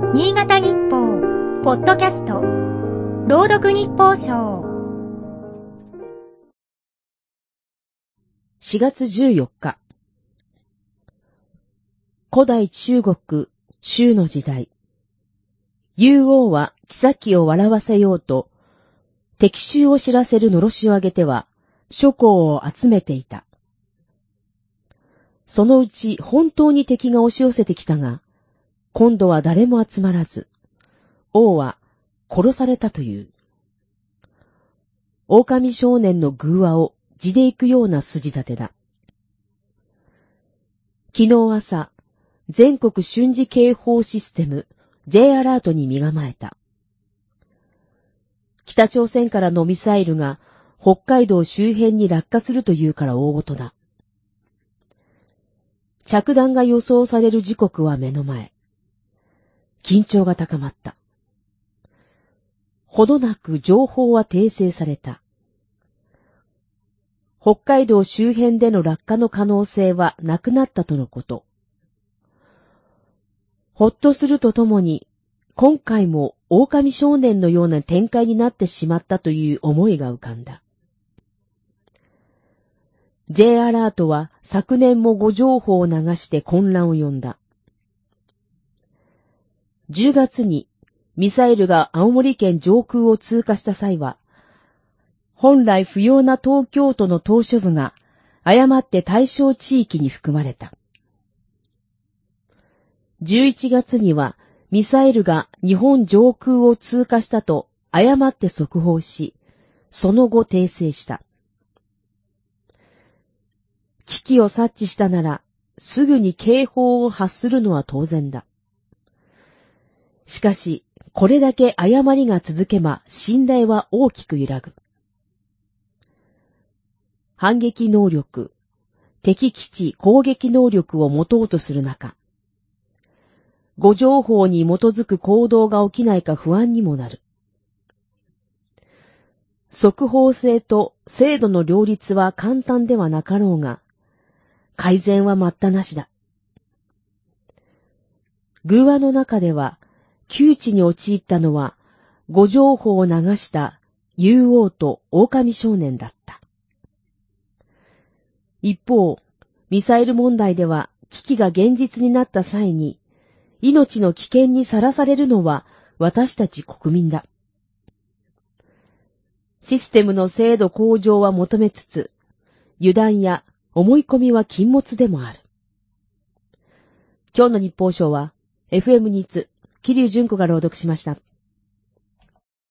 新潟日報ポッドキャスト朗読日報賞 4月14日古代中国周の時代、幽王は妃を笑わせようと敵襲を知らせる狼しを上げては諸侯を集めていた。そのうち本当に敵が押し寄せてきたが、今度は誰も集まらず、王は殺されたという。狼少年の寓話を地で行くような筋立てだ。昨日朝、全国瞬時警報システム J アラートに身構えた。北朝鮮からのミサイルが北海道周辺に落下するというから大事だ。着弾が予想される時刻は目の前。緊張が高まった。ほどなく情報は訂正された。北海道周辺での落下の可能性はなくなったとのこと。ほっとするとともに、今回も狼少年のような展開になってしまったという思いが浮かんだ。J アラートは昨年も誤情報を流して混乱を呼んだ。10月にミサイルが青森県上空を通過した際は、本来不要な東京都の島しょ部が誤って対象地域に含まれた。11月にはミサイルが日本上空を通過したと誤って速報し、その後訂正した。危機を察知したならすぐに警報を発するのは当然だ。しかし、これだけ誤りが続けば信頼は大きく揺らぐ。反撃能力、敵基地攻撃能力を持とうとする中、誤情報に基づく行動が起きないか不安にもなる。速報性と精度の両立は簡単ではなかろうが、改善は待ったなしだ。寓話の中では、窮地に陥ったのは、誤情報を流した幽王と狼少年だった。一方、ミサイル問題では危機が現実になった際に、命の危険にさらされるのは私たち国民だ。システムの精度向上は求めつつ、油断や思い込みは禁物でもある。今日の日報賞は FM ニーツ桐生純子が朗読しました。